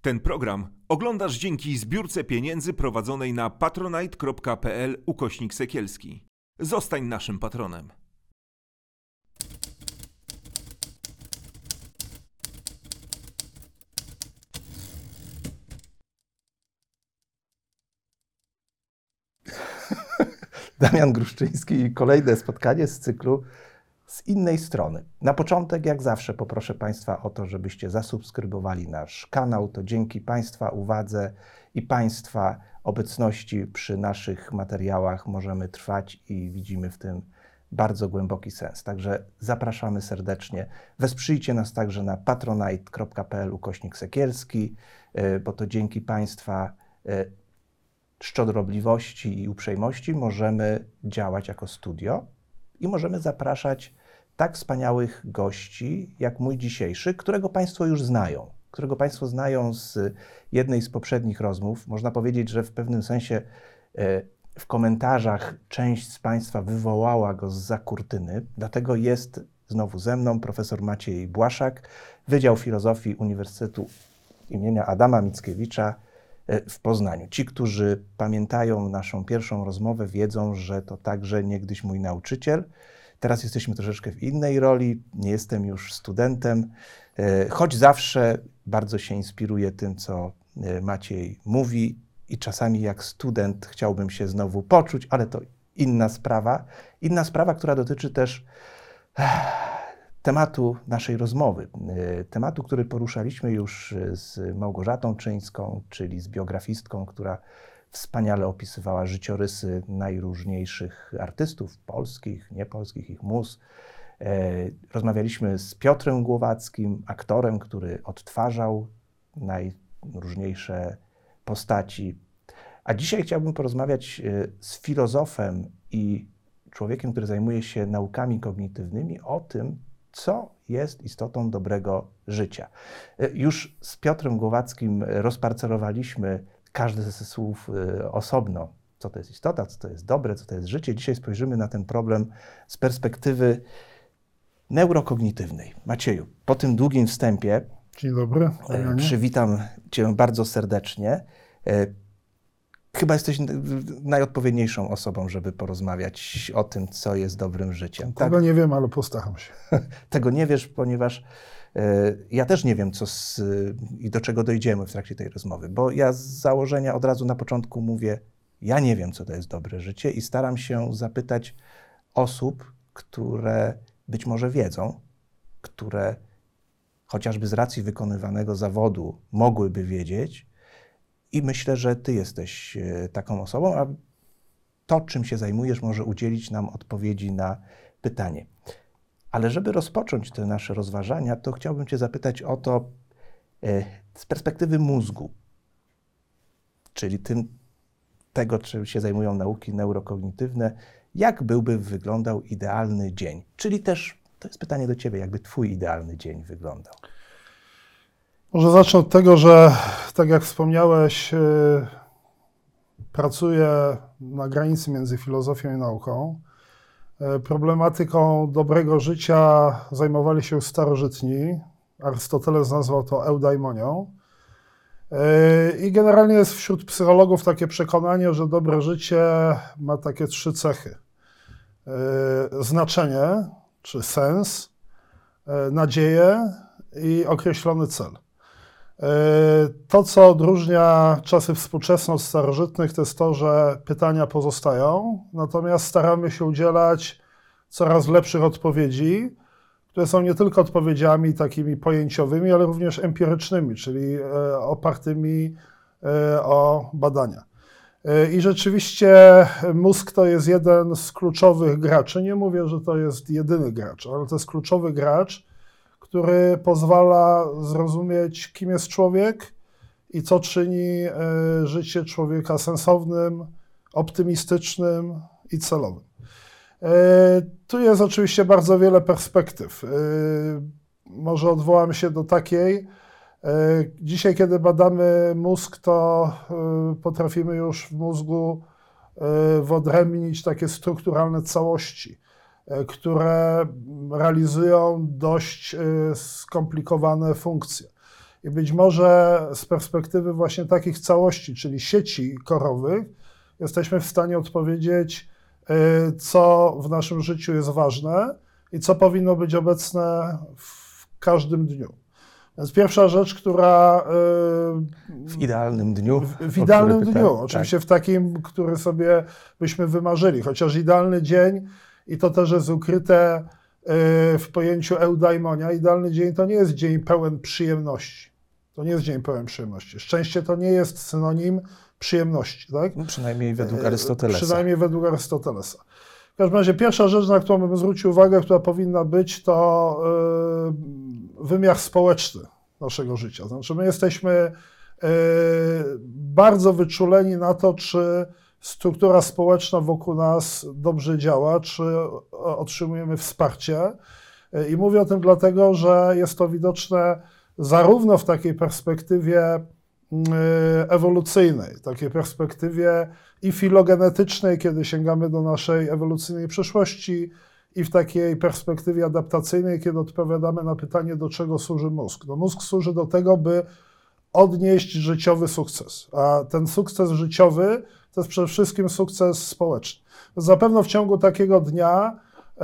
Ten program oglądasz dzięki zbiórce pieniędzy prowadzonej na patronite.pl/Sekielski. Zostań naszym patronem. Damian Gruszczyński i kolejne spotkanie z cyklu z innej strony. Na początek, jak zawsze, poproszę Państwa o to, żebyście zasubskrybowali nasz kanał. To dzięki Państwa uwadze i Państwa obecności przy naszych materiałach możemy trwać i widzimy w tym bardzo głęboki sens. Także zapraszamy serdecznie. Wesprzyjcie nas także na patronite.pl/Sekielski, bo to dzięki Państwa szczodrobliwości i uprzejmości możemy działać jako studio i możemy zapraszać tak wspaniałych gości, jak mój dzisiejszy, którego Państwo już znają. Którego Państwo znają z jednej z poprzednich rozmów. Można powiedzieć, że w pewnym sensie w komentarzach część z Państwa wywołała go zza kurtyny. Dlatego jest znowu ze mną profesor Maciej Błaszak, Wydział Filozofii Uniwersytetu imienia Adama Mickiewicza w Poznaniu. Ci, którzy pamiętają naszą pierwszą rozmowę, wiedzą, że to także niegdyś mój nauczyciel. Teraz jesteśmy troszeczkę w innej roli, nie jestem już studentem, choć zawsze bardzo się inspiruję tym, co Maciej mówi i czasami jak student chciałbym się znowu poczuć, ale to inna sprawa. Inna sprawa, która dotyczy też tematu naszej rozmowy. Tematu, który poruszaliśmy już z Małgorzatą Czyńską, czyli z biografistką, która wspaniale opisywała życiorysy najróżniejszych artystów polskich, niepolskich, ich mus. Rozmawialiśmy z Piotrem Głowackim, aktorem, który odtwarzał najróżniejsze postaci. A dzisiaj chciałbym porozmawiać z filozofem i człowiekiem, który zajmuje się naukami kognitywnymi o tym, co jest istotą dobrego życia. Już z Piotrem Głowackim rozparcelowaliśmy każde ze słów osobno, co to jest istota, co to jest dobre, co to jest życie. Dzisiaj spojrzymy na ten problem z perspektywy neurokognitywnej. Macieju, po tym długim wstępie Dzień dobry. Przywitam Cię bardzo serdecznie. Chyba jesteś najodpowiedniejszą osobą, żeby porozmawiać o tym, co jest dobrym życiem. Tego nie wiem, ale postaram się. Tego nie wiesz, ponieważ ja też nie wiem, i do czego dojdziemy w trakcie tej rozmowy, bo ja z założenia od razu na początku mówię, ja nie wiem, co to jest dobre życie i staram się zapytać osób, które być może wiedzą, które chociażby z racji wykonywanego zawodu mogłyby wiedzieć i myślę, że Ty jesteś taką osobą, a to, czym się zajmujesz, może udzielić nam odpowiedzi na pytanie. Ale żeby rozpocząć te nasze rozważania, to chciałbym Cię zapytać o to z perspektywy mózgu, czyli tego, czym się zajmują nauki neurokognitywne, jak wyglądał idealny dzień? Czyli też, to jest pytanie do Ciebie, jakby Twój idealny dzień wyglądał? Może zacznę od tego, że tak jak wspomniałeś, pracuję na granicy między filozofią i nauką. Problematyką dobrego życia zajmowali się starożytni. Arystoteles nazwał to eudaimonią. I generalnie jest wśród psychologów takie przekonanie, że dobre życie ma takie 3 cechy. Znaczenie, czy sens, nadzieję i określony cel. To, co odróżnia czasy współczesne od starożytnych, to jest to, że pytania pozostają, natomiast staramy się udzielać coraz lepszych odpowiedzi, które są nie tylko odpowiedziami takimi pojęciowymi, ale również empirycznymi, czyli opartymi o badania. I rzeczywiście mózg to jest jeden z kluczowych graczy. Nie mówię, że to jest jedyny gracz, ale to jest kluczowy gracz, który pozwala zrozumieć, kim jest człowiek i co czyni życie człowieka sensownym, optymistycznym i celowym. Tu jest oczywiście bardzo wiele perspektyw. Może odwołam się do takiej. Dzisiaj, kiedy badamy mózg, to potrafimy już w mózgu wyodrębnić takie strukturalne całości, które realizują dość skomplikowane funkcje. I być może z perspektywy właśnie takich całości, czyli sieci korowych, jesteśmy w stanie odpowiedzieć, co w naszym życiu jest ważne i co powinno być obecne w każdym dniu. Więc pierwsza rzecz, która... W idealnym dniu. W idealnym dniu, oczywiście w takim, który sobie byśmy wymarzyli, chociaż idealny dzień, i to też jest ukryte w pojęciu eudaimonia, idealny dzień to nie jest dzień pełen przyjemności. To nie jest dzień pełen przyjemności. Szczęście to nie jest synonim przyjemności, tak? No, przynajmniej według Arystotelesa. Przynajmniej według Arystotelesa. W każdym razie pierwsza rzecz, na którą bym zwrócił uwagę, która powinna być, to wymiar społeczny naszego życia. Znaczy my jesteśmy bardzo wyczuleni na to, czy struktura społeczna wokół nas dobrze działa, czy otrzymujemy wsparcie. I mówię o tym dlatego, że jest to widoczne zarówno w takiej perspektywie ewolucyjnej, takiej perspektywie i filogenetycznej, kiedy sięgamy do naszej ewolucyjnej przeszłości, i w takiej perspektywie adaptacyjnej, kiedy odpowiadamy na pytanie, do czego służy mózg. No, mózg służy do tego, by odnieść życiowy sukces, a ten sukces życiowy to jest przede wszystkim sukces społeczny. Zapewne w ciągu takiego dnia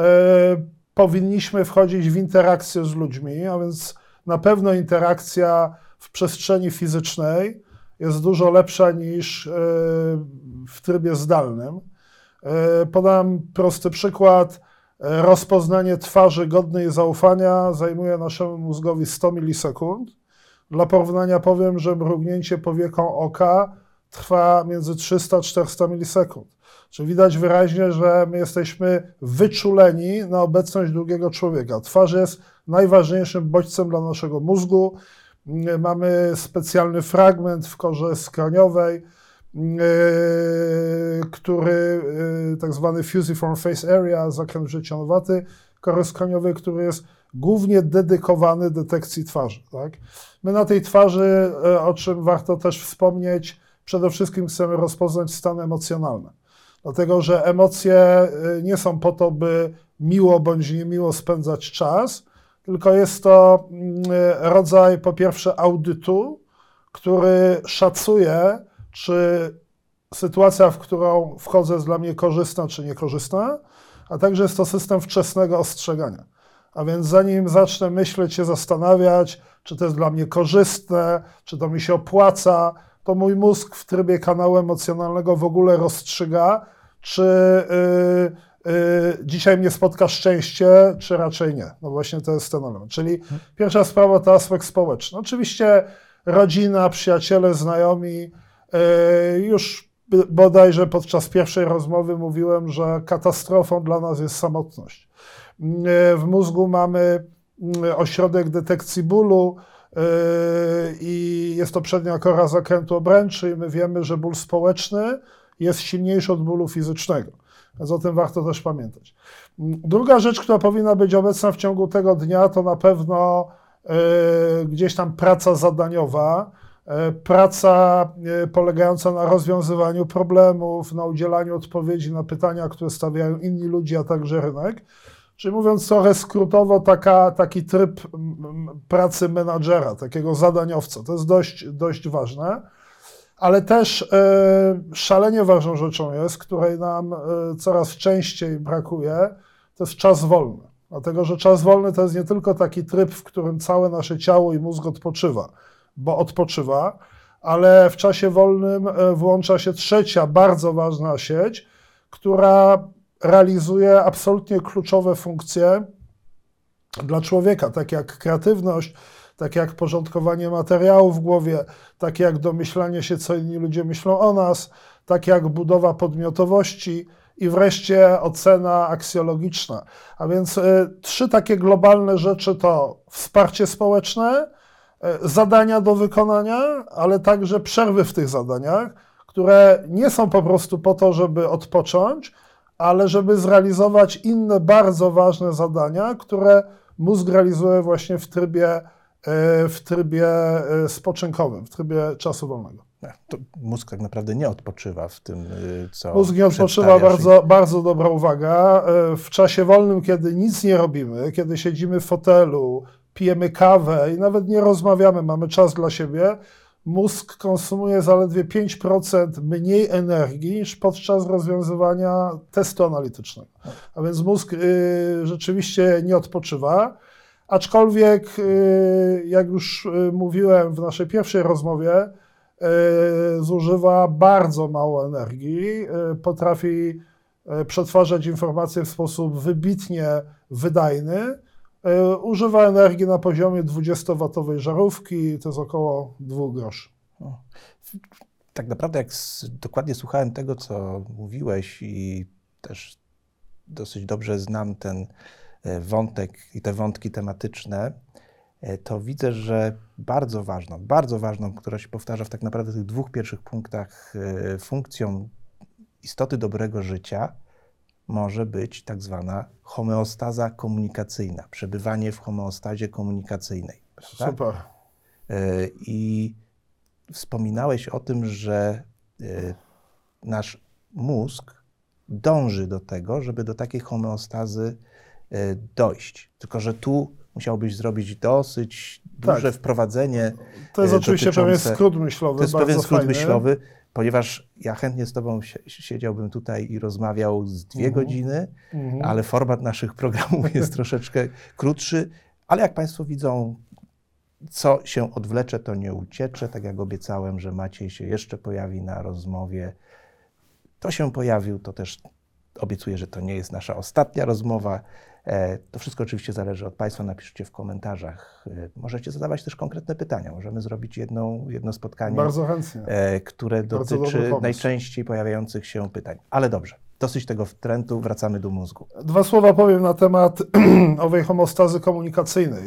powinniśmy wchodzić w interakcję z ludźmi, a więc na pewno interakcja w przestrzeni fizycznej jest dużo lepsza niż w trybie zdalnym. Podam prosty przykład. Rozpoznanie twarzy godnej zaufania zajmuje naszemu mózgowi 100 milisekund. Dla porównania powiem, że mrugnięcie powieką oka trwa między 300 a 400 milisekund. Czyli widać wyraźnie, że my jesteśmy wyczuleni na obecność drugiego człowieka. Twarz jest najważniejszym bodźcem dla naszego mózgu. Mamy specjalny fragment w korze skroniowej, który, tak zwany fusiform face area, zakręt wrzecionowaty kory skroniowej, który jest głównie dedykowany detekcji twarzy. Tak? My na tej twarzy, o czym warto też wspomnieć, przede wszystkim chcemy rozpoznać stan emocjonalny. Dlatego, że emocje nie są po to, by miło bądź niemiło spędzać czas, tylko jest to rodzaj, po pierwsze, audytu, który szacuje, czy sytuacja, w którą wchodzę, jest dla mnie korzystna czy niekorzystna, a także jest to system wczesnego ostrzegania. A więc zanim zacznę myśleć, się zastanawiać, czy to jest dla mnie korzystne, czy to mi się opłaca, to mój mózg w trybie kanału emocjonalnego w ogóle rozstrzyga, czy dzisiaj mnie spotka szczęście, czy raczej nie. No właśnie to jest ten element. Czyli pierwsza sprawa to aspekt społeczny. Oczywiście rodzina, przyjaciele, znajomi. Już bodajże podczas pierwszej rozmowy mówiłem, że katastrofą dla nas jest samotność. W mózgu mamy ośrodek detekcji bólu i jest to przednia kora zakrętu obręczy i my wiemy, że ból społeczny jest silniejszy od bólu fizycznego. Więc o tym warto też pamiętać. Druga rzecz, która powinna być obecna w ciągu tego dnia, to na pewno gdzieś tam praca zadaniowa, praca polegająca na rozwiązywaniu problemów, na udzielaniu odpowiedzi na pytania, które stawiają inni ludzie, a także rynek. Czyli mówiąc trochę skrótowo, taki tryb pracy menadżera, takiego zadaniowca. To jest dość ważne, ale też szalenie ważną rzeczą jest, której nam coraz częściej brakuje, to jest czas wolny. Dlatego, że czas wolny to jest nie tylko taki tryb, w którym całe nasze ciało i mózg odpoczywa, bo odpoczywa, ale w czasie wolnym włącza się trzecia, bardzo ważna sieć, która realizuje absolutnie kluczowe funkcje dla człowieka, tak jak kreatywność, tak jak porządkowanie materiału w głowie, tak jak domyślanie się, co inni ludzie myślą o nas, tak jak budowa podmiotowości i wreszcie ocena aksjologiczna. A więc trzy takie globalne rzeczy to wsparcie społeczne, zadania do wykonania, ale także przerwy w tych zadaniach, które nie są po prostu po to, żeby odpocząć, ale żeby zrealizować inne bardzo ważne zadania, które mózg realizuje właśnie w trybie spoczynkowym, w trybie czasu wolnego. To mózg tak naprawdę nie odpoczywa w tym, co Mózg nie odpoczywa, bardzo dobra uwaga. W czasie wolnym, kiedy nic nie robimy, kiedy siedzimy w fotelu, pijemy kawę i nawet nie rozmawiamy, mamy czas dla siebie, mózg konsumuje zaledwie 5% mniej energii niż podczas rozwiązywania testu analitycznego. A więc mózg rzeczywiście nie odpoczywa, aczkolwiek, jak już mówiłem w naszej pierwszej rozmowie, zużywa bardzo mało energii, potrafi przetwarzać informacje w sposób wybitnie wydajny. Używa energii na poziomie 20-watowej żarówki, to jest około 2 groszy. Tak naprawdę, jak dokładnie słuchałem tego, co mówiłeś i też dosyć dobrze znam ten wątek i te wątki tematyczne, to widzę, że bardzo ważną, która się powtarza w tak naprawdę tych 2 pierwszych punktach, funkcją istoty dobrego życia może być tak zwana homeostaza komunikacyjna, przebywanie w homeostazie komunikacyjnej. Prawda? Super. I wspominałeś o tym, że nasz mózg dąży do tego, żeby do takiej homeostazy dojść. Tylko że tu musiałbyś zrobić dosyć duże wprowadzenie. To jest oczywiście pewien skrót myślowy. To jest pewien skrót fajny. myślowy, ponieważ ja chętnie z tobą siedziałbym tutaj i rozmawiał z 2 godziny, ale format naszych programów jest troszeczkę krótszy, ale jak państwo widzą, co się odwlecze, to nie uciecze. Tak jak obiecałem, że Maciej się jeszcze pojawi na rozmowie. To się pojawił, to też obiecuję, że to nie jest nasza ostatnia rozmowa. To wszystko oczywiście zależy od państwa. Napiszcie w komentarzach. Możecie zadawać też konkretne pytania. Możemy zrobić jedno spotkanie, bardzo chętnie, które dotyczy najczęściej pojawiających się pytań. Ale dobrze, dosyć tego trendu, wracamy do mózgu. 2 słowa powiem na temat owej homeostazy komunikacyjnej.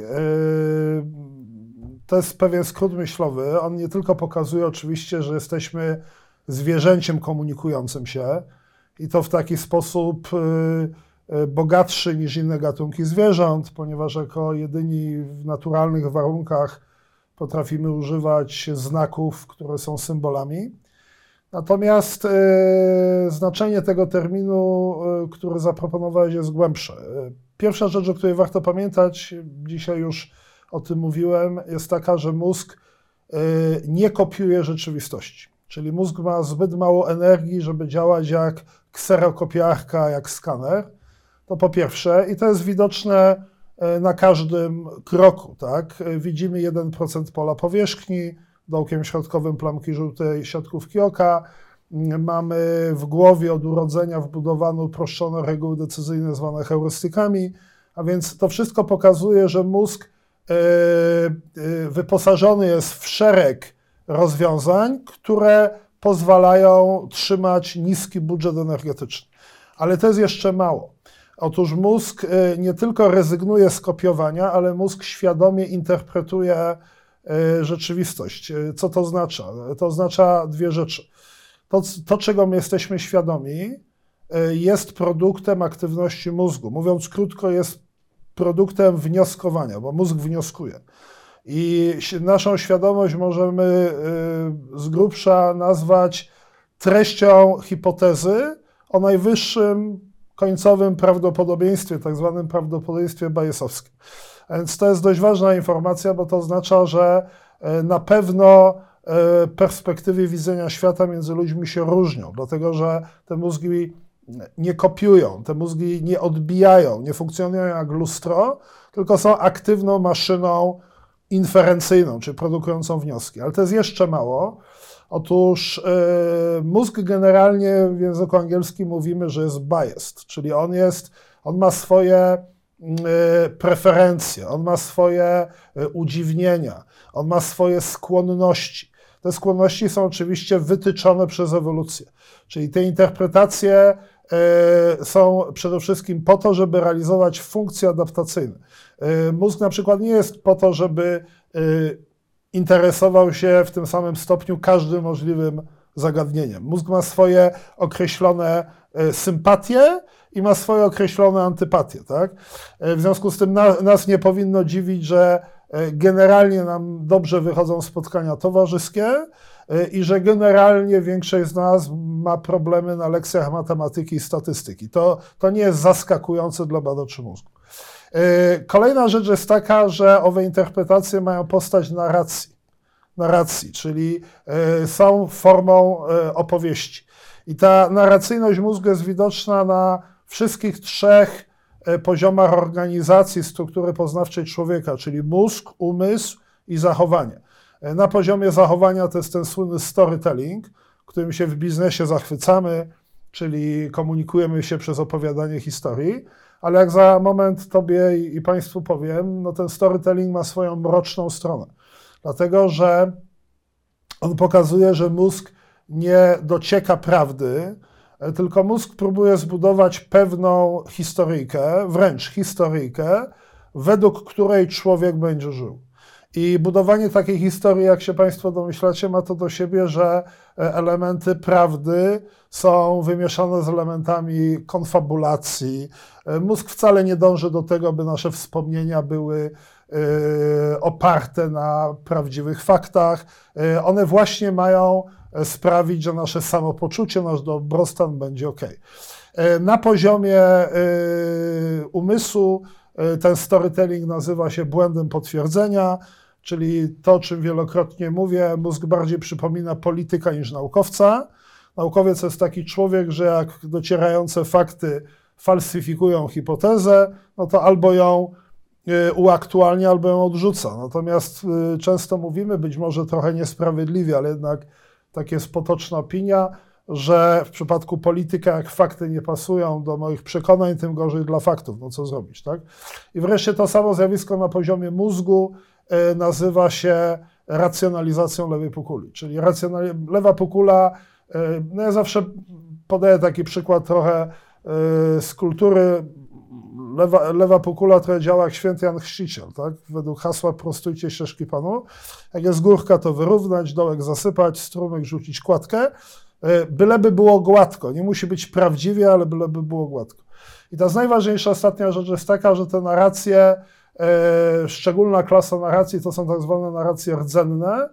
To jest pewien skrót myślowy. On nie tylko pokazuje oczywiście, że jesteśmy zwierzęciem komunikującym się i to w taki sposób bogatszy niż inne gatunki zwierząt, ponieważ jako jedyni w naturalnych warunkach potrafimy używać znaków, które są symbolami. Natomiast znaczenie tego terminu, który zaproponowałeś, jest głębsze. Pierwsza rzecz, o której warto pamiętać, dzisiaj już o tym mówiłem, jest taka, że mózg nie kopiuje rzeczywistości. Czyli mózg ma zbyt mało energii, żeby działać jak kserokopiarka, jak skaner. To po pierwsze. I to jest widoczne na każdym kroku. Tak? Widzimy 1% pola powierzchni, dołkiem środkowym plamki żółtej siatkówki oka. Mamy w głowie od urodzenia wbudowane uproszczone reguły decyzyjne zwane heurystykami. A więc to wszystko pokazuje, że mózg wyposażony jest w szereg rozwiązań, które pozwalają trzymać niski budżet energetyczny. Ale to jest jeszcze mało. Otóż mózg nie tylko rezygnuje z kopiowania, ale mózg świadomie interpretuje rzeczywistość. Co to oznacza? To oznacza 2 rzeczy. To, czego my jesteśmy świadomi, jest produktem aktywności mózgu. Mówiąc krótko, jest produktem wnioskowania, bo mózg wnioskuje. I naszą świadomość możemy z grubsza nazwać treścią hipotezy o najwyższym końcowym prawdopodobieństwie, tak zwanym prawdopodobieństwie bayesowskim. A więc to jest dość ważna informacja, bo to oznacza, że na pewno perspektywy widzenia świata między ludźmi się różnią, dlatego że te mózgi nie kopiują, te mózgi nie odbijają, nie funkcjonują jak lustro, tylko są aktywną maszyną inferencyjną, czyli produkującą wnioski. Ale to jest jeszcze mało. Otóż mózg generalnie w języku angielskim mówimy, że jest biased, czyli on ma swoje preferencje, on ma swoje udziwnienia, on ma swoje skłonności. Te skłonności są oczywiście wytyczone przez ewolucję, czyli te interpretacje są przede wszystkim po to, żeby realizować funkcje adaptacyjne. Mózg na przykład nie jest po to, żeby interesował się w tym samym stopniu każdym możliwym zagadnieniem. Mózg ma swoje określone sympatie i ma swoje określone antypatie. Tak? W związku z tym nas nie powinno dziwić, że generalnie nam dobrze wychodzą spotkania towarzyskie i że generalnie większość z nas ma problemy na lekcjach matematyki i statystyki. To nie jest zaskakujące dla badaczy mózgu. Kolejna rzecz jest taka, że owe interpretacje mają postać narracji, czyli są formą opowieści. I ta narracyjność mózgu jest widoczna na wszystkich trzech poziomach organizacji struktury poznawczej człowieka, czyli mózg, umysł i zachowanie. Na poziomie zachowania to jest ten słynny storytelling, którym się w biznesie zachwycamy, czyli komunikujemy się przez opowiadanie historii, ale jak za moment Tobie i Państwu powiem, no ten storytelling ma swoją mroczną stronę, dlatego że on pokazuje, że mózg nie docieka prawdy, tylko mózg próbuje zbudować pewną historyjkę, wręcz historyjkę, według której człowiek będzie żył. I budowanie takiej historii, jak się Państwo domyślacie, ma to do siebie, że elementy prawdy są wymieszane z elementami konfabulacji. Mózg wcale nie dąży do tego, by nasze wspomnienia były oparte na prawdziwych faktach. One właśnie mają sprawić, że nasze samopoczucie, nasz dobrostan będzie ok. Na poziomie umysłu ten storytelling nazywa się błędem potwierdzenia, czyli to, o czym wielokrotnie mówię, mózg bardziej przypomina polityka niż naukowca. Naukowiec to jest taki człowiek, że jak docierające fakty falsyfikują hipotezę, no to albo ją uaktualnia, albo ją odrzuca. Natomiast często mówimy, być może trochę niesprawiedliwie, ale jednak tak jest potoczna opinia, że w przypadku polityka, jak fakty nie pasują do moich przekonań, tym gorzej dla faktów. No co zrobić, tak? I wreszcie to samo zjawisko na poziomie mózgu nazywa się racjonalizacją lewej półkuli. Czyli lewa półkula, no ja zawsze podaję taki przykład trochę z kultury. Lewa półkula trochę działa jak święty Jan Chrzciciel, tak? Według hasła prostujcie ścieżki Panu. Jak jest górka, to wyrównać, dołek zasypać, strumyk rzucić kładkę. Byleby było gładko. Nie musi być prawdziwie, ale byleby było gładko. I ta najważniejsza ostatnia rzecz jest taka, że te narracje, szczególna klasa narracji to są tak zwane narracje rdzenne,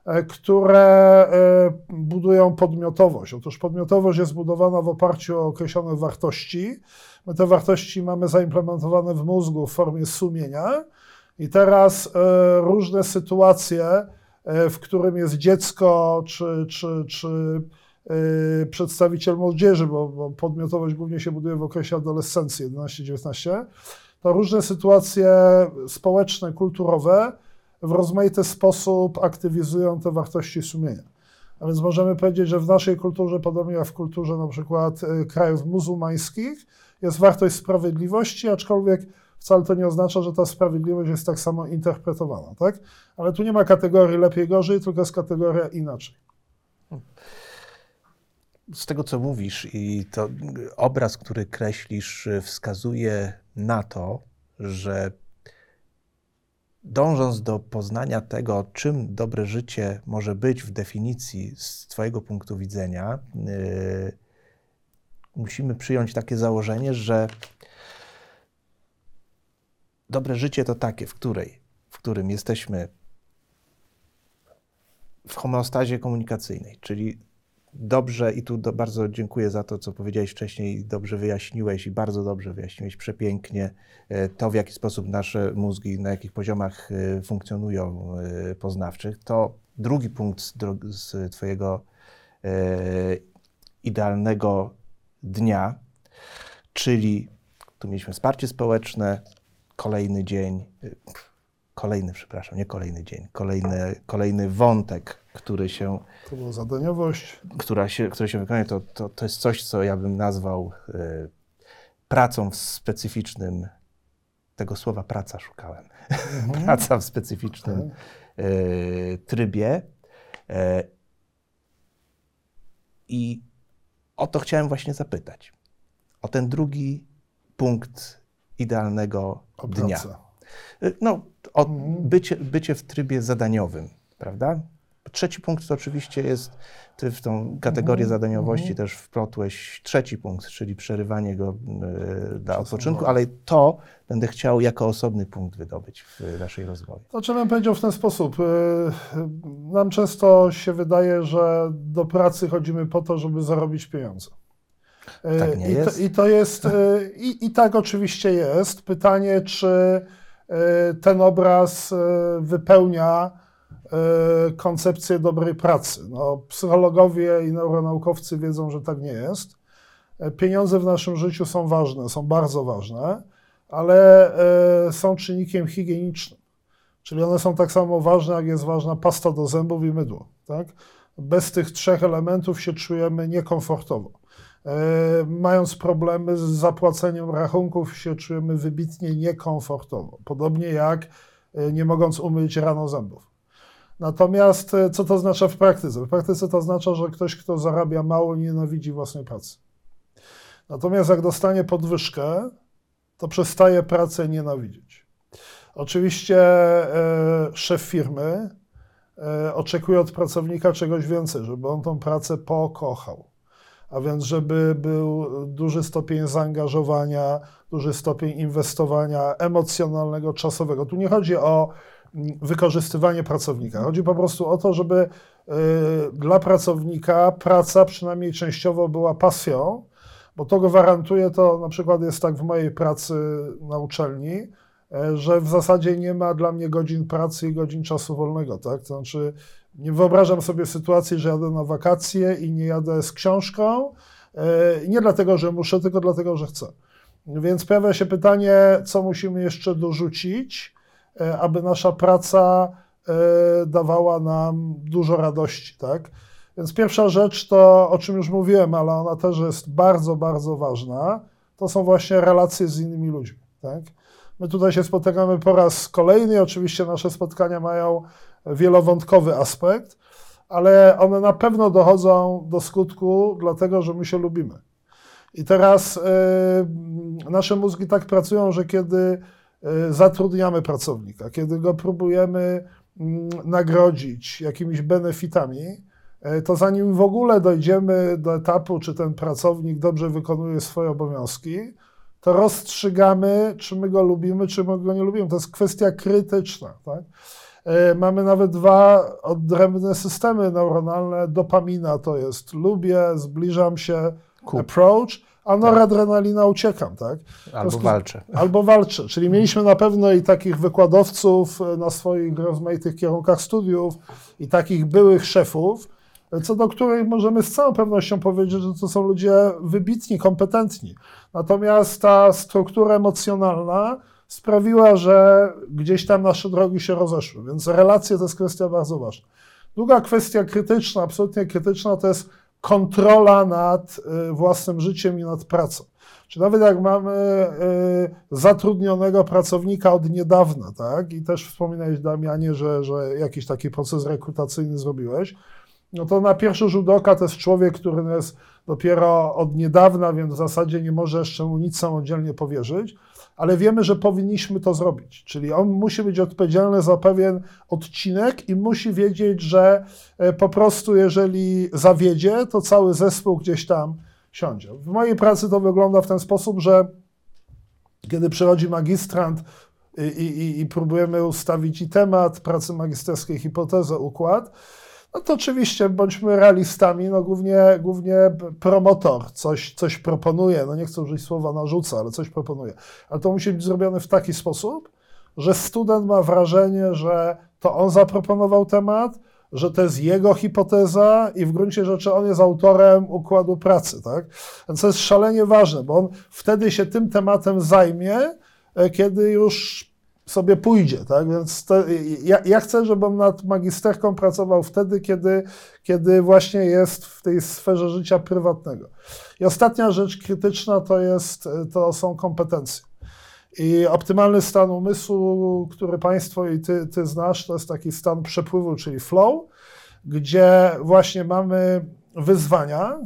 które budują podmiotowość. Otóż podmiotowość jest budowana w oparciu o określone wartości. My te wartości mamy zaimplementowane w mózgu w formie sumienia i teraz różne sytuacje, w którym jest dziecko czy przedstawiciel młodzieży, bo podmiotowość głównie się buduje w okresie adolescencji 11-19, to różne sytuacje społeczne, kulturowe w rozmaity sposób aktywizują te wartości sumienia. A więc możemy powiedzieć, że w naszej kulturze, podobnie jak w kulturze na przykład krajów muzułmańskich, jest wartość sprawiedliwości, aczkolwiek wcale to nie oznacza, że ta sprawiedliwość jest tak samo interpretowana, tak? Ale tu nie ma kategorii lepiej, gorzej, tylko jest kategoria inaczej. Z tego, co mówisz i to obraz, który kreślisz, wskazuje na to, że dążąc do poznania tego, czym dobre życie może być w definicji z Twojego punktu widzenia, musimy przyjąć takie założenie, że dobre życie to takie, w którym jesteśmy w homeostazie komunikacyjnej, czyli dobrze, i tu bardzo dziękuję za to, co powiedziałeś wcześniej, dobrze wyjaśniłeś i bardzo dobrze wyjaśniłeś, przepięknie to, w jaki sposób nasze mózgi, na jakich poziomach funkcjonują poznawczych. To drugi punkt z Twojego idealnego dnia, czyli tu mieliśmy wsparcie społeczne, kolejny dzień, kolejny wątek, który się... To była zadaniowość. Która się wykonuje, to jest coś, co ja bym nazwał pracą w specyficznym, tego słowa praca szukałem, praca w specyficznym trybie. I o to chciałem właśnie zapytać. O ten drugi punkt idealnego dnia. No, o bycie w trybie zadaniowym, prawda? Trzeci punkt to oczywiście jest, ty w tą kategorię zadaniowości też wplotłeś trzeci punkt, czyli przerywanie go dla odpoczynku, ale to będę chciał jako osobny punkt wydobyć w naszej rozmowie. To czy bym powiedział w ten sposób. Nam często się wydaje, że do pracy chodzimy po to, żeby zarobić pieniądze. Tak nie jest? I to jest, i tak oczywiście jest. Pytanie, czy ten obraz wypełnia koncepcję dobrej pracy. No, psychologowie i neuronaukowcy wiedzą, że tak nie jest. Pieniądze w naszym życiu są ważne, są bardzo ważne, ale są czynnikiem higienicznym. Czyli one są tak samo ważne, jak jest ważna pasta do zębów i mydło. Tak? Bez tych trzech elementów się czujemy niekomfortowo. Mając problemy z zapłaceniem rachunków, się czujemy wybitnie niekomfortowo. Podobnie jak nie mogąc umyć rano zębów. Natomiast co to oznacza w praktyce? W praktyce to oznacza, że ktoś, kto zarabia mało, nienawidzi własnej pracy. Natomiast jak dostanie podwyżkę, to przestaje pracę nienawidzieć. Oczywiście szef firmy oczekuje od pracownika czegoś więcej, żeby on tą pracę pokochał. A więc żeby był duży stopień zaangażowania, duży stopień inwestowania emocjonalnego, czasowego. Tu nie chodzi o wykorzystywanie pracownika. Chodzi po prostu o to, żeby dla pracownika praca przynajmniej częściowo była pasją, bo to gwarantuje, to na przykład jest tak w mojej pracy na uczelni, że w zasadzie nie ma dla mnie godzin pracy i godzin czasu wolnego. Tak? To znaczy nie wyobrażam sobie sytuacji, że jadę na wakacje i nie jadę z książką, nie dlatego, że muszę, tylko dlatego, że chcę. Więc pojawia się pytanie, co musimy jeszcze dorzucić, aby nasza praca dawała nam dużo radości, tak? Więc pierwsza rzecz to, o czym już mówiłem, ale ona też jest bardzo, bardzo ważna, to są właśnie relacje z innymi ludźmi, tak? My tutaj się spotykamy po raz kolejny, oczywiście nasze spotkania mają wielowątkowy aspekt, ale one na pewno dochodzą do skutku, dlatego że my się lubimy. I teraz nasze mózgi tak pracują, że kiedy zatrudniamy pracownika, kiedy go próbujemy nagrodzić jakimiś benefitami, to zanim w ogóle dojdziemy do etapu, czy ten pracownik dobrze wykonuje swoje obowiązki, to rozstrzygamy, czy my go lubimy, czy my go nie lubimy. To jest kwestia krytyczna. Tak? Mamy nawet dwa odrębne systemy neuronalne. Dopamina to jest lubię, zbliżam się, approach, a noradrenalina uciekam. Tak? Albo walczę. Albo walczę. Czyli mieliśmy na pewno i takich wykładowców na swoich rozmaitych kierunkach studiów i takich byłych szefów, co do których możemy z całą pewnością powiedzieć, że to są ludzie wybitni, kompetentni. Natomiast ta struktura emocjonalna sprawiła, że gdzieś tam nasze drogi się rozeszły, więc relacje to jest kwestia bardzo ważna. Druga kwestia krytyczna, absolutnie krytyczna, to jest kontrola nad własnym życiem i nad pracą. Czyli nawet jak mamy zatrudnionego pracownika od niedawna, tak, i też wspominałeś, Damianie, że jakiś taki proces rekrutacyjny zrobiłeś, no to na pierwszy rzut oka to jest człowiek, który jest dopiero od niedawna, więc w zasadzie nie może jeszcze mu nic samodzielnie powierzyć, ale wiemy, że powinniśmy to zrobić. Czyli on musi być odpowiedzialny za pewien odcinek i musi wiedzieć, że po prostu jeżeli zawiedzie, to cały zespół gdzieś tam siądzie. W mojej pracy to wygląda w ten sposób, że kiedy przychodzi magistrant i próbujemy ustawić i temat pracy magisterskiej, hipotezę, układ, no to oczywiście bądźmy realistami, no głównie promotor coś proponuje, no nie chcę użyć słowa narzuca, ale coś proponuje. Ale to musi być zrobione w taki sposób, że student ma wrażenie, że to on zaproponował temat, że to jest jego hipoteza i w gruncie rzeczy on jest autorem układu pracy, tak? Więc to jest szalenie ważne, bo on wtedy się tym tematem zajmie, kiedy już sobie pójdzie, tak? Więc ja chcę, żeby on nad magisterką pracował wtedy, kiedy właśnie jest w tej sferze życia prywatnego. I ostatnia rzecz krytyczna to są kompetencje. I optymalny stan umysłu, który Państwo i ty znasz, to jest taki stan przepływu, czyli flow, gdzie właśnie mamy wyzwania.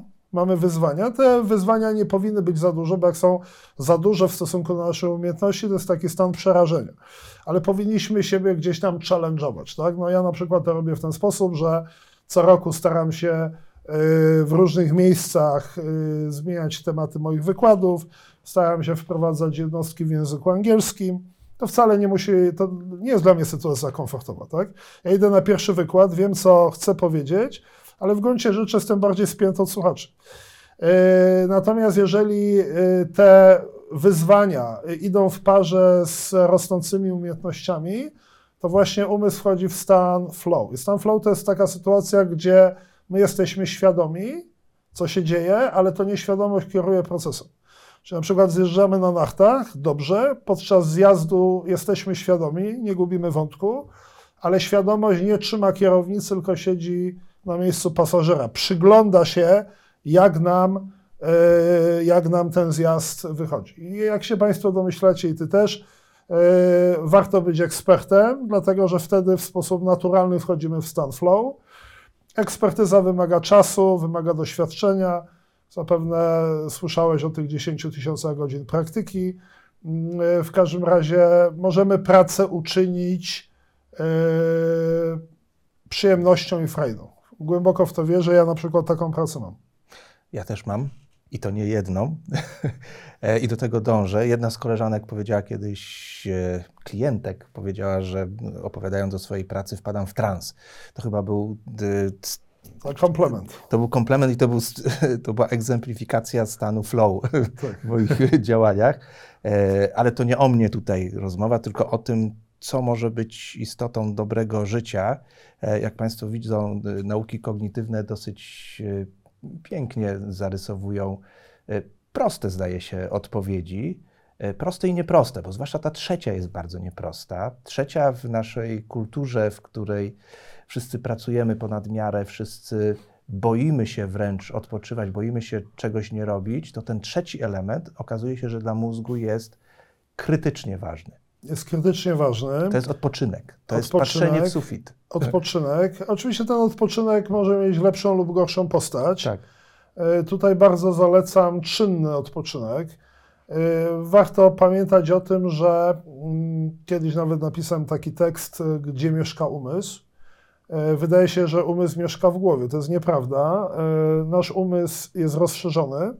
Te wyzwania nie powinny być za duże, bo jak są za duże w stosunku do naszej umiejętności, to jest taki stan przerażenia. Ale powinniśmy siebie gdzieś tam challenge'ować, tak? No ja na przykład to robię w ten sposób, że co roku staram się w różnych miejscach zmieniać tematy moich wykładów, staram się wprowadzać jednostki w języku angielskim. To wcale to nie jest dla mnie sytuacja komfortowa, tak? Ja idę na pierwszy wykład, wiem, co chcę powiedzieć, ale w gruncie rzeczy jestem bardziej spięty od słuchaczy. Natomiast jeżeli te wyzwania idą w parze z rosnącymi umiejętnościami, to właśnie umysł wchodzi w stan flow. I stan flow to jest taka sytuacja, gdzie my jesteśmy świadomi, co się dzieje, ale to nieświadomość kieruje procesem. Czyli na przykład zjeżdżamy na nachtach, dobrze, podczas zjazdu jesteśmy świadomi, nie gubimy wątku, ale świadomość nie trzyma kierownicy, tylko siedzi na miejscu pasażera. Przygląda się, jak nam ten zjazd wychodzi. I jak się Państwo domyślacie i Ty też, warto być ekspertem, dlatego że wtedy w sposób naturalny wchodzimy w stan flow. Ekspertyza wymaga czasu, wymaga doświadczenia. Zapewne słyszałeś o tych 10 000 godzin praktyki. W każdym razie możemy pracę uczynić przyjemnością i frajdą. Głęboko w to wierzę, ja na przykład taką pracę mam. Ja też mam i to nie jedną i do tego dążę. Jedna z koleżanek powiedziała kiedyś, klientek powiedziała, że opowiadając o swojej pracy wpadam w trans. To chyba był... Komplement. To był komplement i to była egzemplifikacja stanu flow Tak. w moich działaniach. Ale to nie o mnie tutaj rozmowa, tylko o tym, co może być istotą dobrego życia. Jak Państwo widzą, nauki kognitywne dosyć pięknie zarysowują proste, zdaje się, odpowiedzi. Proste i nieproste, bo zwłaszcza ta trzecia jest bardzo nieprosta. Trzecia w naszej kulturze, w której wszyscy pracujemy ponad miarę, wszyscy boimy się wręcz odpoczywać, boimy się czegoś nie robić, to ten trzeci element okazuje się, że dla mózgu jest krytycznie ważny. Jest krytycznie ważny. To jest odpoczynek, to jest patrzenie w sufit. Odpoczynek. Oczywiście ten odpoczynek może mieć lepszą lub gorszą postać. Tak. Tutaj bardzo zalecam czynny odpoczynek. Warto pamiętać o tym, że kiedyś nawet napisałem taki tekst, gdzie mieszka umysł. Wydaje się, że umysł mieszka w głowie. To jest nieprawda. Nasz umysł jest rozszerzony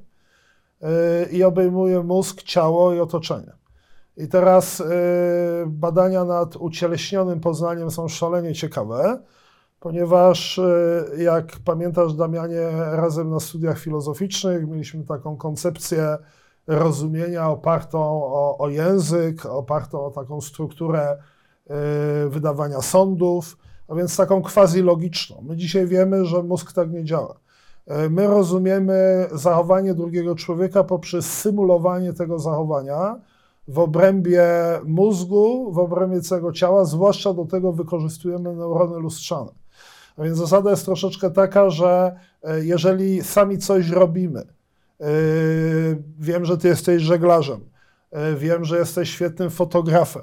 i obejmuje mózg, ciało i otoczenie. I teraz badania nad ucieleśnionym poznaniem są szalenie ciekawe, ponieważ jak pamiętasz, Damianie, razem na studiach filozoficznych mieliśmy taką koncepcję rozumienia opartą o język, opartą o taką strukturę wydawania sądów, a więc taką quasi-logiczną. My dzisiaj wiemy, że mózg tak nie działa. My rozumiemy zachowanie drugiego człowieka poprzez symulowanie tego zachowania w obrębie mózgu, w obrębie całego ciała, zwłaszcza do tego wykorzystujemy neurony lustrzane. A więc zasada jest troszeczkę taka, że jeżeli sami coś robimy, wiem, że ty jesteś żeglarzem, wiem, że jesz świetnym fotografem,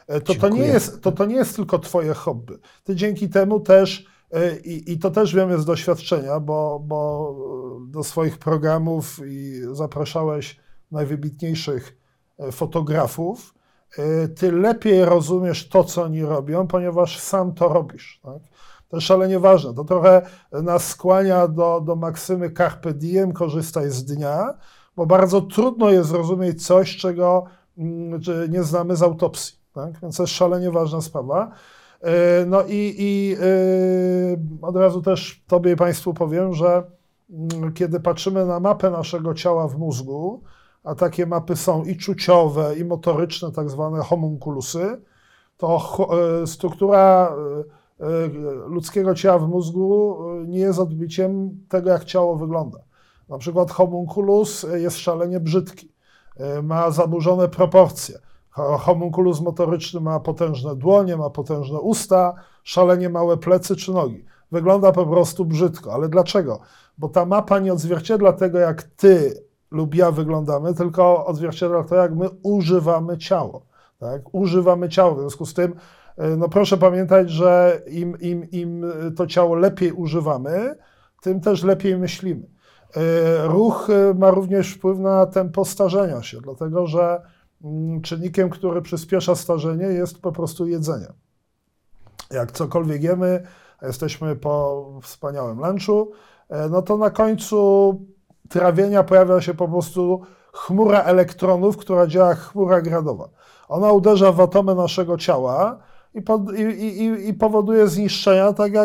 to nie jest tylko twoje hobby. Ty dzięki temu też, i to też wiem z doświadczenia, bo do swoich programów i zapraszałeś najwybitniejszych fotografów, ty lepiej rozumiesz to, co oni robią, ponieważ sam to robisz. Tak? To jest szalenie ważne. To trochę nas skłania do maksymy carpe diem, korzystaj z dnia, bo bardzo trudno jest zrozumieć coś, czego nie znamy z autopsji. Tak? Więc to jest szalenie ważna sprawa. No i od razu też tobie i Państwu powiem, że kiedy patrzymy na mapę naszego ciała w mózgu, a takie mapy są i czuciowe, i motoryczne, tak zwane homunculusy, to struktura ludzkiego ciała w mózgu nie jest odbiciem tego, jak ciało wygląda. Na przykład homunculus jest szalenie brzydki, ma zaburzone proporcje. Homunculus motoryczny ma potężne dłonie, ma potężne usta, szalenie małe plecy czy nogi. Wygląda po prostu brzydko. Ale dlaczego? Bo ta mapa nie odzwierciedla tego, jak ty lub ja wyglądamy, tylko odzwierciedla to, jak my używamy ciało. Tak? Używamy ciało. W związku z tym, no proszę pamiętać, że im to ciało lepiej używamy, tym też lepiej myślimy. Ruch ma również wpływ na tempo starzenia się, dlatego że czynnikiem, który przyspiesza starzenie, jest po prostu jedzenie. Jak cokolwiek jemy, a jesteśmy po wspaniałym lunchu, no to na końcu trawienia pojawia się po prostu chmura elektronów, która działa jak chmura gradowa. Ona uderza w atomy naszego ciała i powoduje zniszczenia, tak jak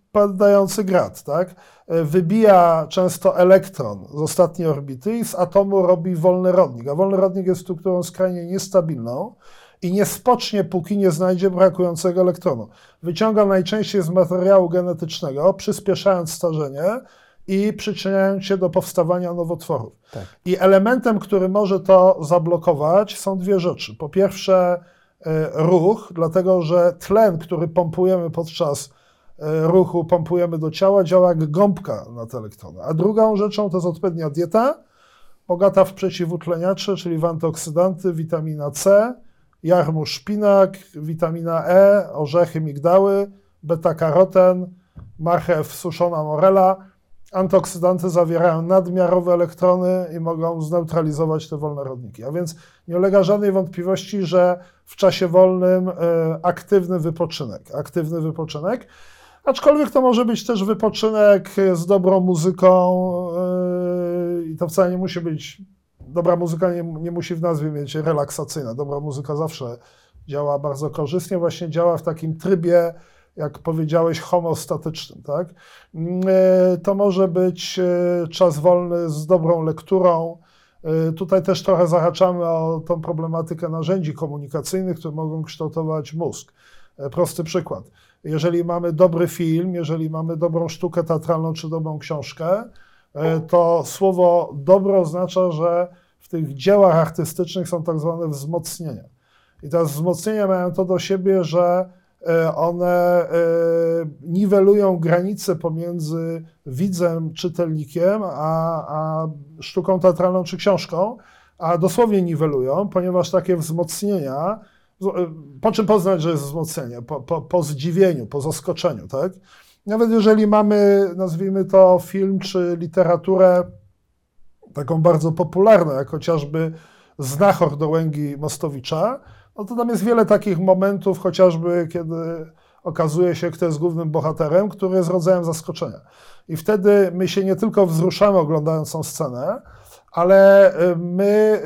padający grad, tak? Wybija często elektron z ostatniej orbity i z atomu robi wolny rodnik, a wolny rodnik jest strukturą skrajnie niestabilną i nie spocznie, póki nie znajdzie brakującego elektronu. Wyciąga najczęściej z materiału genetycznego, przyspieszając starzenie i przyczyniając się do powstawania nowotworów. Tak. I elementem, który może to zablokować, są dwie rzeczy. Po pierwsze ruch, dlatego że tlen, który pompujemy podczas ruchu, pompujemy do ciała, działa jak gąbka na te elektrony. A drugą rzeczą to jest odpowiednia dieta, bogata w przeciwutleniacze, czyli w antyoksydanty, witamina C, jarmuż, szpinak, witamina E, orzechy, migdały, beta-karoten, marchew, suszona morela. Antyoksydanty zawierają nadmiarowe elektrony i mogą zneutralizować te wolne rodniki. A więc nie ulega żadnej wątpliwości, że w czasie wolnym aktywny wypoczynek, aczkolwiek to może być też wypoczynek z dobrą muzyką i to wcale nie musi być, dobra muzyka nie musi w nazwie mieć relaksacyjna. Dobra muzyka zawsze działa bardzo korzystnie, właśnie działa w takim trybie, jak powiedziałeś, homeostatycznym, tak? To może być czas wolny z dobrą lekturą. Tutaj też trochę zahaczamy o tą problematykę narzędzi komunikacyjnych, które mogą kształtować mózg. Prosty przykład. Jeżeli mamy dobry film, jeżeli mamy dobrą sztukę teatralną czy dobrą książkę, to słowo dobro oznacza, że w tych dziełach artystycznych są tak zwane wzmocnienia. I te wzmocnienia mają to do siebie, że one niwelują granice pomiędzy widzem, czytelnikiem, a sztuką teatralną czy książką, a dosłownie niwelują, ponieważ takie wzmocnienia, po czym poznać, że jest wzmocnienie? Po zdziwieniu, po zaskoczeniu, tak? Nawet jeżeli mamy, nazwijmy to, film czy literaturę taką bardzo popularną, jak chociażby Znachor Dołęgi Mostowicza, no to tam jest wiele takich momentów, chociażby kiedy okazuje się, kto jest głównym bohaterem, który jest rodzajem zaskoczenia. I wtedy my się nie tylko wzruszamy oglądając tą scenę, ale my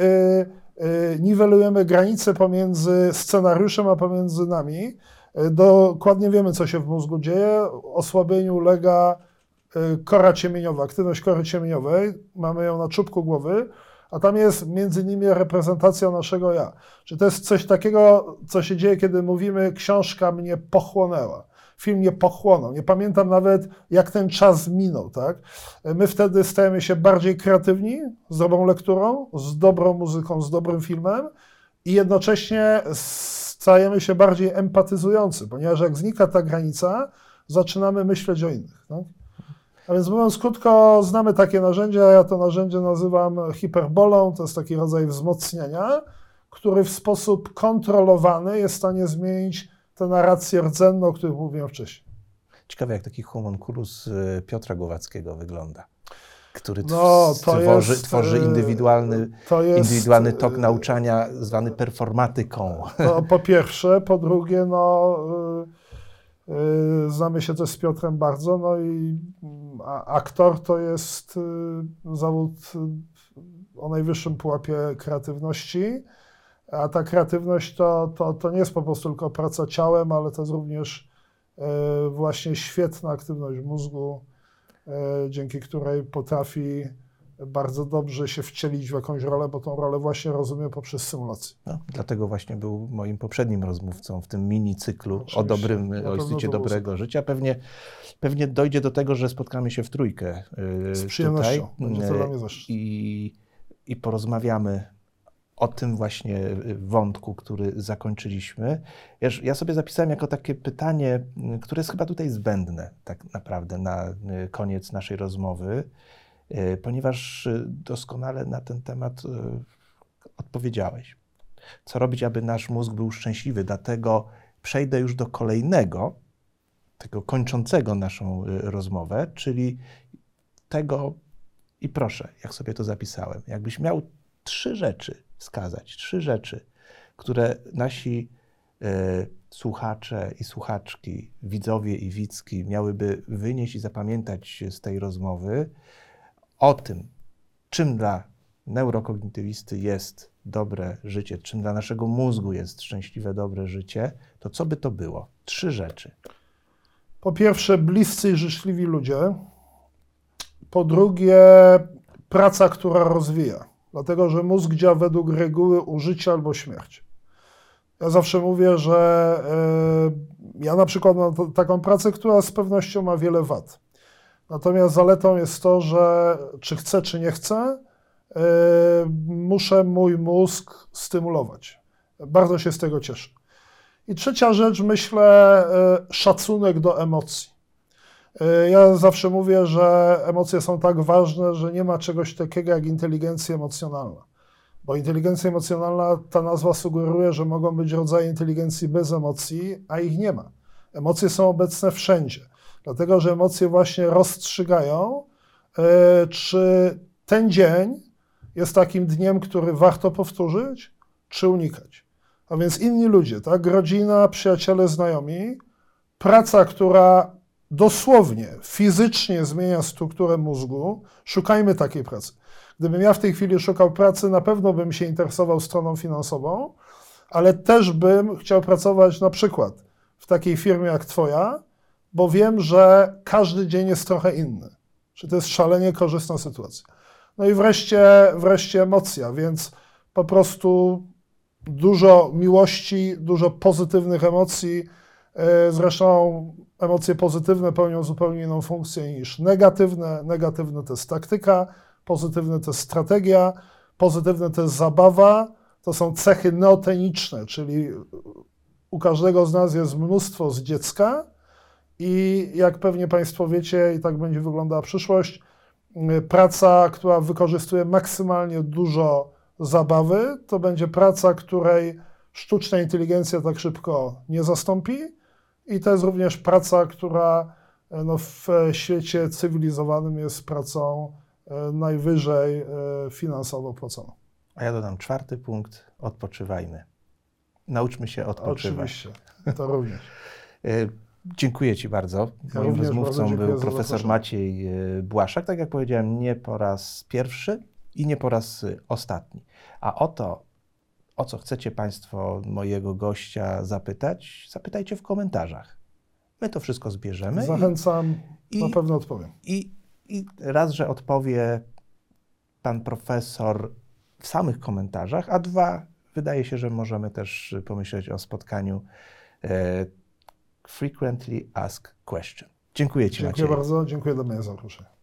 niwelujemy granice pomiędzy scenariuszem a pomiędzy nami. Dokładnie wiemy, co się w mózgu dzieje. Osłabieniu ulega kora ciemieniowa, aktywność kory ciemieniowej. Mamy ją na czubku głowy, a tam jest między nimi reprezentacja naszego ja. Czy to jest coś takiego, co się dzieje, kiedy mówimy, książka mnie pochłonęła, film mnie pochłonął, nie pamiętam nawet, jak ten czas minął, tak? My wtedy stajemy się bardziej kreatywni, z dobrą lekturą, z dobrą muzyką, z dobrym filmem i jednocześnie stajemy się bardziej empatyzujący, ponieważ jak znika ta granica, zaczynamy myśleć o innych, tak? A więc mówiąc krótko, znamy takie narzędzia, ja to narzędzie nazywam hiperbolą, to jest taki rodzaj wzmocnienia, który w sposób kontrolowany jest w stanie zmienić tę narrację rdzenną, o której mówiłem wcześniej. Ciekawe, jak taki homunculus Piotra Głowackiego wygląda, który tworzy indywidualny tok nauczania zwany performatyką. To po pierwsze, po drugie, znamy się też z Piotrem bardzo, no i aktor to jest zawód o najwyższym pułapie kreatywności, a ta kreatywność to nie jest po prostu tylko praca ciałem, ale to jest również właśnie świetna aktywność mózgu, dzięki której potrafi bardzo dobrze się wcielić w jakąś rolę, bo tą rolę właśnie rozumie poprzez symulację. No, dlatego właśnie był moim poprzednim rozmówcą w tym mini cyklu o instytucie dobrego życia. Pewnie dojdzie do tego, że spotkamy się w trójkę z przyjemnością. tutaj będzie to dla mnie zaszczyt. I porozmawiamy o tym właśnie wątku, który zakończyliśmy. Ja sobie zapisałem jako takie pytanie, które jest chyba tutaj zbędne tak naprawdę na koniec naszej rozmowy, ponieważ doskonale na ten temat odpowiedziałeś. Co robić, aby nasz mózg był szczęśliwy? Dlatego przejdę już do kolejnego, tego kończącego naszą rozmowę, czyli tego, i proszę, jak sobie to zapisałem, jakbyś miał 3 rzeczy wskazać, 3 rzeczy, które nasi słuchacze i słuchaczki, widzowie i widzki miałyby wynieść i zapamiętać z tej rozmowy o tym, czym dla neurokognitywisty jest dobre życie, czym dla naszego mózgu jest szczęśliwe, dobre życie, to co by to było? 3 rzeczy. Po pierwsze, bliscy i życzliwi ludzie. Po drugie, praca, która rozwija. Dlatego, że mózg działa według reguły użycia albo śmierć. Ja zawsze mówię, że ja na przykład mam taką pracę, która z pewnością ma wiele wad. Natomiast zaletą jest to, że czy chcę, czy nie chcę, muszę mój mózg stymulować. Bardzo się z tego cieszę. I trzecia rzecz, myślę, szacunek do emocji. Ja zawsze mówię, że emocje są tak ważne, że nie ma czegoś takiego jak inteligencja emocjonalna. Bo inteligencja emocjonalna, ta nazwa sugeruje, że mogą być rodzaje inteligencji bez emocji, a ich nie ma. Emocje są obecne wszędzie. Dlatego, że emocje właśnie rozstrzygają, czy ten dzień jest takim dniem, który warto powtórzyć, czy unikać. A więc inni ludzie, tak? Rodzina, przyjaciele, znajomi, praca, która dosłownie, fizycznie zmienia strukturę mózgu, szukajmy takiej pracy. Gdybym ja w tej chwili szukał pracy, na pewno bym się interesował stroną finansową, ale też bym chciał pracować na przykład w takiej firmie jak twoja, bo wiem, że każdy dzień jest trochę inny. Że to jest szalenie korzystna sytuacja. No i wreszcie emocja, więc po prostu dużo miłości, dużo pozytywnych emocji. Zresztą emocje pozytywne pełnią zupełnie inną funkcję niż negatywne. Negatywne to jest taktyka, pozytywne to jest strategia, pozytywne to jest zabawa. To są cechy neoteniczne, czyli u każdego z nas jest mnóstwo z dziecka i jak pewnie Państwo wiecie, i tak będzie wyglądała przyszłość, praca, która wykorzystuje maksymalnie dużo zabawy, to będzie praca, której sztuczna inteligencja tak szybko nie zastąpi i to jest również praca, która w świecie cywilizowanym jest pracą najwyżej finansowo opłaconą. A ja dodam 4. punkt, odpoczywajmy. Nauczmy się odpoczywać. Oczywiście, to również. Dziękuję Ci bardzo. Moim również rozmówcą bardzo był dziękuję za profesor zaproszenie. Maciej Błaszak. Tak jak powiedziałem, nie po raz pierwszy i nie po raz ostatni. A o co chcecie Państwo mojego gościa zapytać, zapytajcie w komentarzach. My to wszystko zbierzemy. Zachęcam, na pewno odpowiem. I raz, że odpowie Pan profesor w samych komentarzach, a 2, wydaje się, że możemy też pomyśleć o spotkaniu Frequently Asked Question. Dziękuję Ci, Maciej. Dziękuję bardzo, dziękuję za zaproszenie.